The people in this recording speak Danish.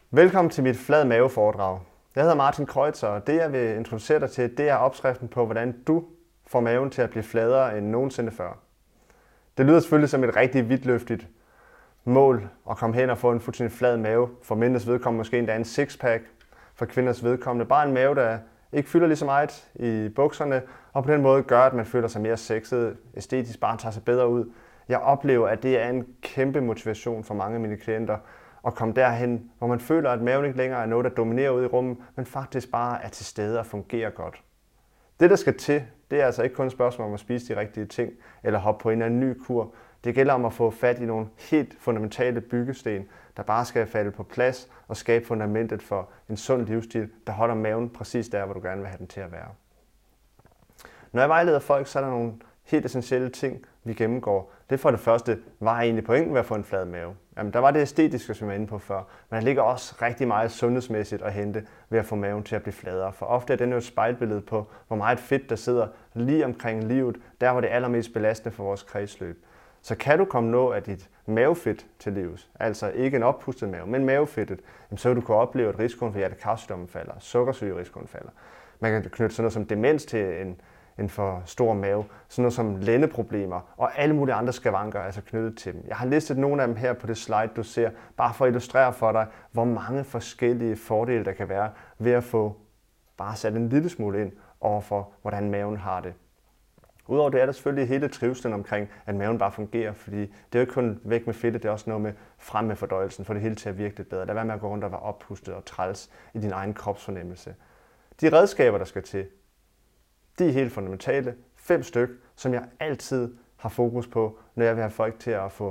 Velkommen til mit flad mave foredrag. Jeg hedder Martin Kreutzer, og det jeg vil introducere dig til, det er opskriften på, hvordan du får maven til at blive fladere end nogensinde før. Det lyder selvfølgelig som et rigtig vidtløftigt mål at komme hen og få en fuldstændig flad mave. For mænds vedkommende måske endda en sixpack. For kvinders vedkommende bare en mave, der ikke fylder lige så meget i bukserne, og på den måde gør, at man føler sig mere sexet, æstetisk, bare tager sig bedre ud. Jeg oplever, at det er en kæmpe motivation for mange af mine klienter, at komme derhen, hvor man føler, at maven ikke længere er noget, der dominerer ude i rummet, men faktisk bare er til stede og fungerer godt. Det, der skal til, det er altså ikke kun et spørgsmål om at spise de rigtige ting, eller hoppe på en eller anden ny kur. Det gælder om at få fat i nogle helt fundamentale byggesten, der bare skal falde på plads og skabe fundamentet for en sund livsstil, der holder maven præcis der, hvor du gerne vil have den til at være. Når jeg vejleder folk, så er der nogle helt essentielle ting, vi gennemgår. Det for det første var egentlig pointen ved at få en flad mave. Jamen, der var det æstetiske, som jeg var inde på før, men der ligger også rigtig meget sundhedsmæssigt at hente ved at få maven til at blive fladere. For ofte er den jo et spejlbillede på, hvor meget fedt der sidder lige omkring livet, der hvor det er allermest belastende for vores kredsløb. Så kan du komme nå af dit mavefedt til livs, altså ikke en oppustet mave, men mavefedtet, så vil du kunne opleve, at risikoen for hjertekar-sygdomme falder, sukkersygerisikoen falder. Man kan knytte sådan noget som demens til en for stor mave, sådan noget som lændeproblemer og alle mulige andre skavanker, altså knyttet til dem. Jeg har listet nogle af dem her på det slide, du ser, bare for at illustrere for dig, hvor mange forskellige fordele der kan være ved at få bare sat en lille smule ind overfor, hvordan maven har det. Udover det er der selvfølgelig hele trivslen omkring, at maven bare fungerer, fordi det er jo ikke kun væk med fedtet, det er også noget med frem med fordøjelsen, for det hele til at virke lidt bedre. Lad være med at gå rundt og være oppustet og træls i din egen kropsfornemmelse. De redskaber, der skal til, de er helt fundamentale. 5 styk, som jeg altid har fokus på, når jeg vil have folk til at få